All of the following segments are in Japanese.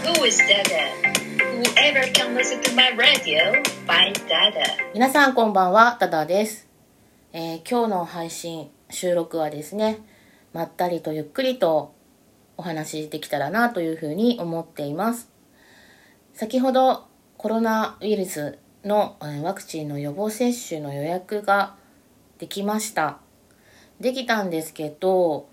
Who is Dada? Whoever can listen to my radio, find Dada. 皆さんこんばんは、ダダです。今日の配信収録はですね、まったりとゆっくりとお話できたらなというふうに思っています。先ほどコロナウイルスのワクチンの予防接種の予約ができました。できたんですけど、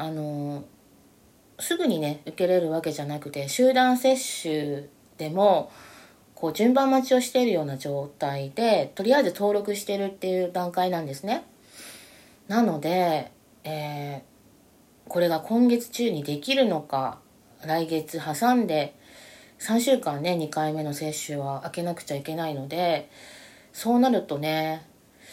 すぐにね受けれるわけじゃなくて、集団接種でもこう順番待ちをしているような状態で、とりあえず登録してるっていう段階なんですね。なので、これが今月中にできるのか、来月挟んで3週間ね2回目の接種は開けなくちゃいけないので、そうなるとね、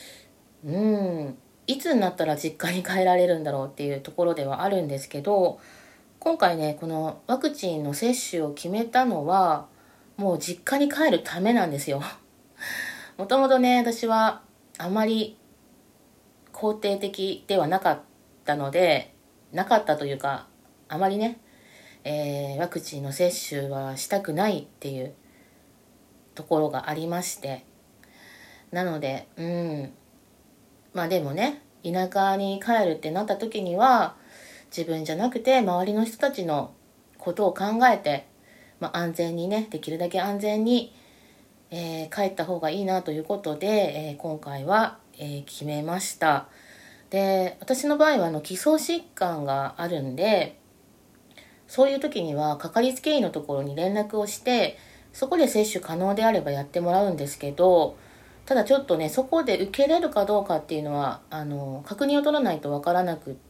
いつになったら実家に帰られるんだろうっていうところではあるんですけど、今回ねこのワクチンの接種を決めたのはもう実家に帰るためなんですよ。もともとね私はあまり肯定的ではなかったので、なかったというかあまりね、ワクチンの接種はしたくないっていうところがありまして、なのでまあでもね、田舎に帰るってなった時には自分じゃなくて周りの人たちのことを考えて、安全にね、できるだけ安全に、帰った方がいいなということで、今回は、決めました。で、私の場合は基礎疾患があるんで、そういう時にはかかりつけ医のところに連絡をして、そこで接種可能であればやってもらうんですけど、ただちょっとねそこで受けれるかどうかっていうのは確認を取らないとわからなくって、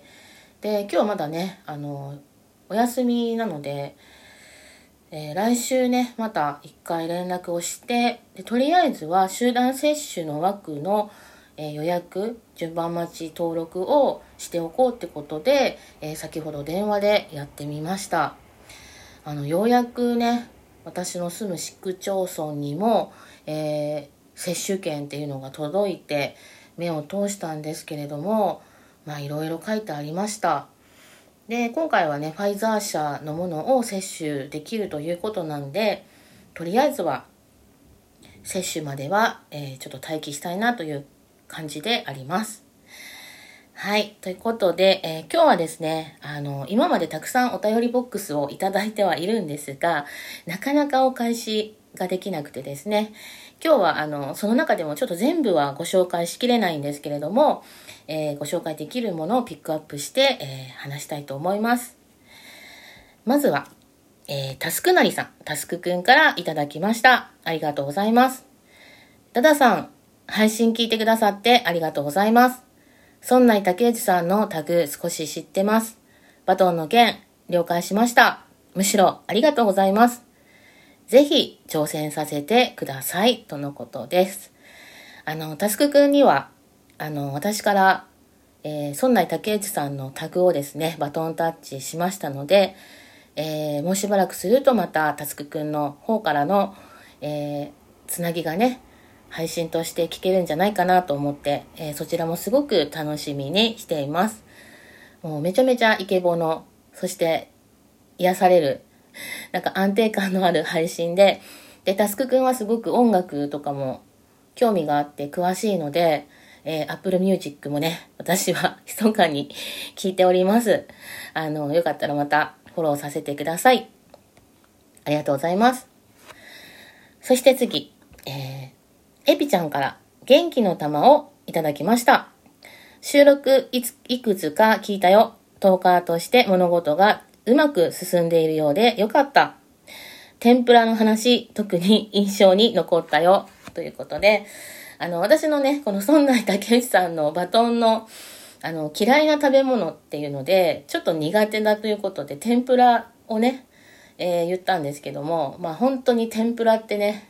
で今日まだねお休みなので、来週ねまた一回連絡をして、でとりあえずは集団接種の枠の、予約順番待ち登録をしておこうってことで、先ほど電話でやってみました。ようやくね私の住む市区町村にも、接種券っていうのが届いて目を通したんですけれども、いろいろ書いてありました。で今回はねファイザー社のものを接種できるということなんで、とりあえずは接種までは、ちょっと待機したいなという感じであります。はい、ということで、今日はですね今までたくさんお便りボックスをいただいてはいるんですが、なかなかお返しができなくてですね、今日はその中でもちょっと全部はご紹介しきれないんですけれども、ご紹介できるものをピックアップして、話したいと思います。まずは、タスクなりさん、タスクくんからいただきました。ありがとうございます。ダダさん、配信聞いてくださってありがとうございます。村内竹内さんのタグ少し知ってます。バトンの件了解しました。むしろありがとうございます。ぜひ挑戦させてくださいとのことです。タスクくんには私から、村内竹内さんのタグをですねバトンタッチしましたので、もうしばらくするとまたタスクくんの方からの、つなぎがね配信として聞けるんじゃないかなと思って、そちらもすごく楽しみにしています。もうめちゃめちゃイケボの、そして癒される、なんか安定感のある配信で、タスクくんはすごく音楽とかも興味があって詳しいので、Apple Music もね私は密かに聞いております。よかったらまたフォローさせてください。ありがとうございます。そして次、エピちゃんから元気の玉をいただきました。収録いくつか聞いたよ。トーカーとして物事がうまく進んでいるようでよかった。天ぷらの話、特に印象に残ったよ。ということで、私のね、この村内竹内さんのバトンの、嫌いな食べ物っていうので、ちょっと苦手だということで、天ぷらをね、言ったんですけども、本当に天ぷらってね、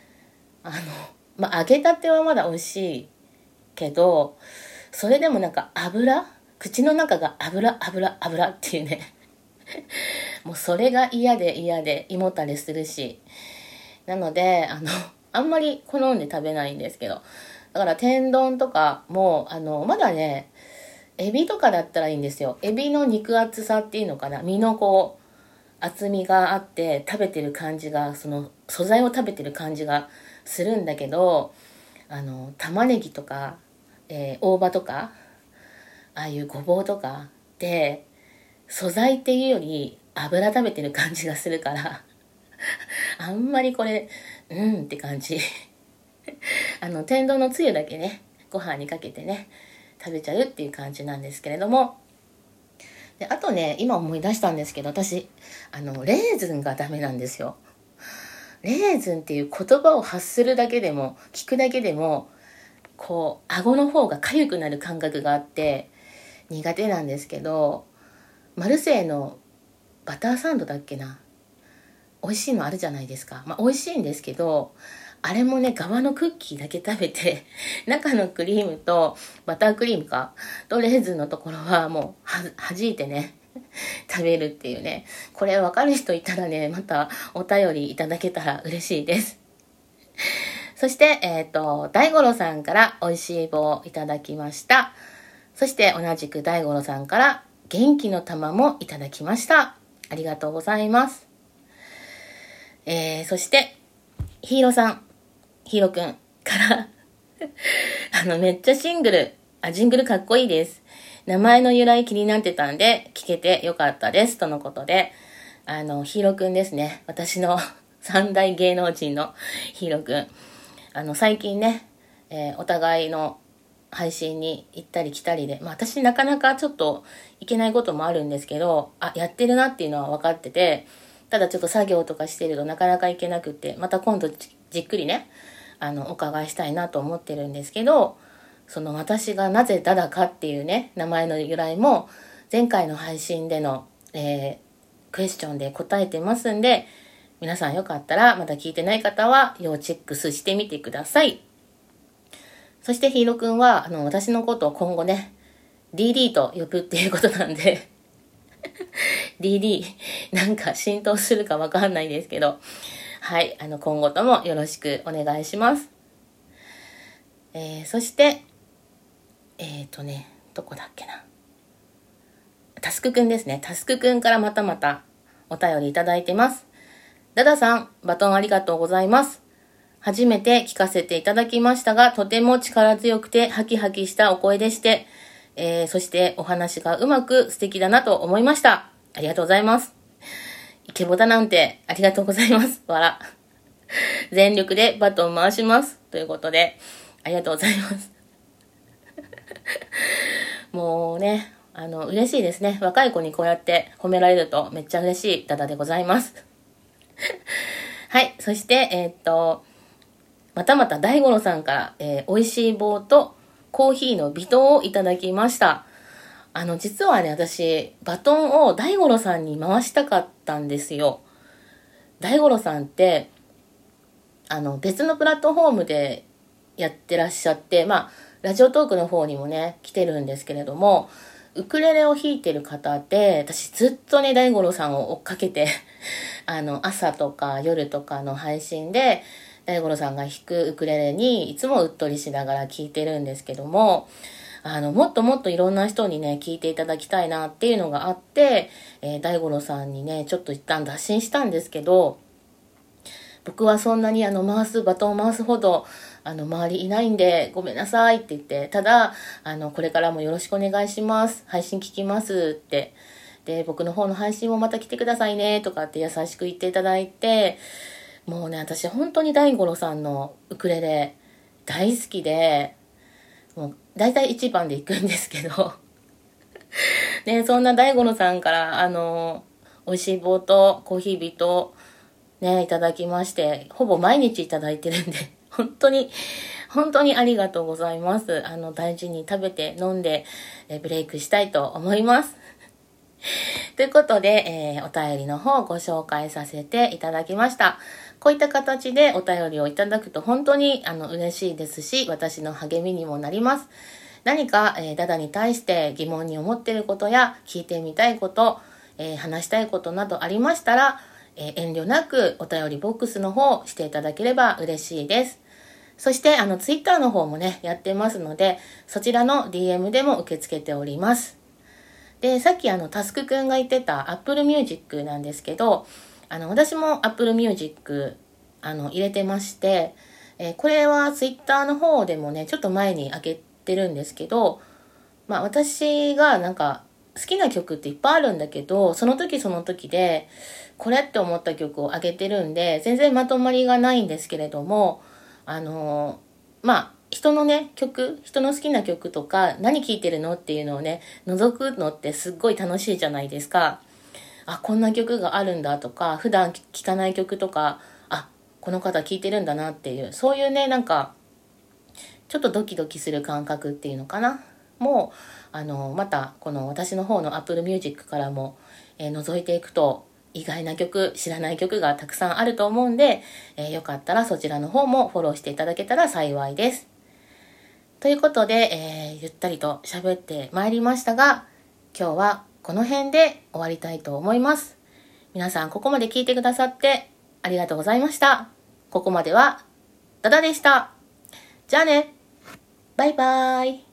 揚げたてはまだ美味しいけど、それでもなんか口の中が油っていうねもうそれが嫌で胃もたれするし、なのであんまり好んで食べないんですけど、だから天丼とかもまだねエビとかだったらいいんですよ。エビの肉厚さっていうのかな、身のこう厚みがあって食べてる感じが、その素材を食べてる感じがするんだけど、玉ねぎとか、大葉とか、ああいうごぼうとかで素材っていうより油食べてる感じがするからあんまりこれって感じ天丼のつゆだけね、ご飯にかけてね食べちゃうっていう感じなんですけれども、であとね、今思い出したんですけど、私レーズンがダメなんですよ。レーズンっていう言葉を発するだけでも、聞くだけでもこう顎の方が痒くなる感覚があって苦手なんですけど、マルセイのバターサンドだっけな、美味しいのあるじゃないですか。美味しいんですけど、あれもね、側のクッキーだけ食べて中のクリームとバタークリームかとレーズンのところはもう弾いてね食べるっていうね。これ分かる人いたらね、またお便りいただけたら嬉しいです。そして大五郎さんから美味しい棒をいただきました。そして同じく大五郎さんから元気の玉もいただきました。ありがとうございます。そしてヒーローくんからめっちゃジングルかっこいいです。名前の由来気になってたんで聞けてよかったですとのことで、ヒーローくんですね。私の三大芸能人のヒーローくん。最近ね、お互いの配信に行ったり来たりで、私なかなかちょっと行けないこともあるんですけど、やってるなっていうのは分かってて、ただちょっと作業とかしてるとなかなか行けなくって、また今度じっくりね、お伺いしたいなと思ってるんですけど、その私がなぜダダかっていうね、名前の由来も前回の配信での、クエスチョンで答えてますんで、皆さんよかったらまだ聞いてない方は要チェックしてみてください。そしてヒーローくんは私のことを今後ね DD と呼ぶっていうことなんでDD なんか浸透するかわかんないですけど、はい、今後ともよろしくお願いします。そしてどこだっけな、タスクくんですね。タスクくんからまたお便りいただいてます。ダダさん、バトンありがとうございます。初めて聞かせていただきましたが、とても力強くてハキハキしたお声でして、そしてお話がうまく素敵だなと思いました。ありがとうございます。イケボタなんてありがとうございます。笑。全力でバトン回します。ということで、ありがとうございます。もうね、嬉しいですね。若い子にこうやって褒められるとめっちゃ嬉しいダダでございます。はい、そして、また大五郎さんから、美味しい棒とコーヒーの微糖をいただきました。実はね、私、バトンを大五郎さんに回したかったんですよ。大五郎さんって、別のプラットフォームでやってらっしゃって、ラジオトークの方にもね、来てるんですけれども、ウクレレを弾いてる方で、私ずっとね、大五郎さんを追っかけて、朝とか夜とかの配信で、大五郎さんが弾くウクレレにいつもうっとりしながら聴いてるんですけども、もっといろんな人にね、聴いていただきたいなっていうのがあって、大五郎さんにね、ちょっと一旦打診したんですけど、僕はそんなにバトンを回すほど、周りいないんで、ごめんなさいって言って、ただ、これからもよろしくお願いします。配信聞きますって。で、僕の方の配信もまた来てくださいね、とかって優しく言っていただいて、もうね、私本当に大五郎さんのウクレレ大好きで、もう大体1番で行くんですけどね、そんな大五郎さんから美味しい棒とコーヒービとねいただきまして、ほぼ毎日いただいてるんで本当にありがとうございます。大事に食べて飲んでブレイクしたいと思いますということで、お便りの方をご紹介させていただきました。こういった形でお便りをいただくと本当に嬉しいですし、私の励みにもなります。何か、ダダに対して疑問に思っていることや聞いてみたいこと、話したいことなどありましたら、遠慮なくお便りボックスの方をしていただければ嬉しいです。そしてツイッターの方もねやってますので、そちらの DM でも受け付けております。 で、さっきタスクくんが言ってた Apple Music なんですけど、私も Apple Music 入れてまして、これは Twitter の方でもね、ちょっと前に開けてるんですけど、私がなんか好きな曲っていっぱいあるんだけど、その時その時でこれって思った曲を上げてるんで、全然まとまりがないんですけれども、人のね、人の好きな曲とか、何聴いてるのっていうのをね、覗くのってすっごい楽しいじゃないですか。あ、こんな曲があるんだとか、普段聴かない曲とか、あ、この方聴いてるんだなっていう、そういうね、なんか、ちょっとドキドキする感覚っていうのかな。もう、また、この私の方の Apple Music からも、覗いていくと、意外な曲、知らない曲がたくさんあると思うんで、よかったらそちらの方もフォローしていただけたら幸いです。ということで、ゆったりと喋ってまいりましたが、今日はこの辺で終わりたいと思います。皆さんここまで聞いてくださってありがとうございました。ここまではダダでした。じゃあね。バイバーイ。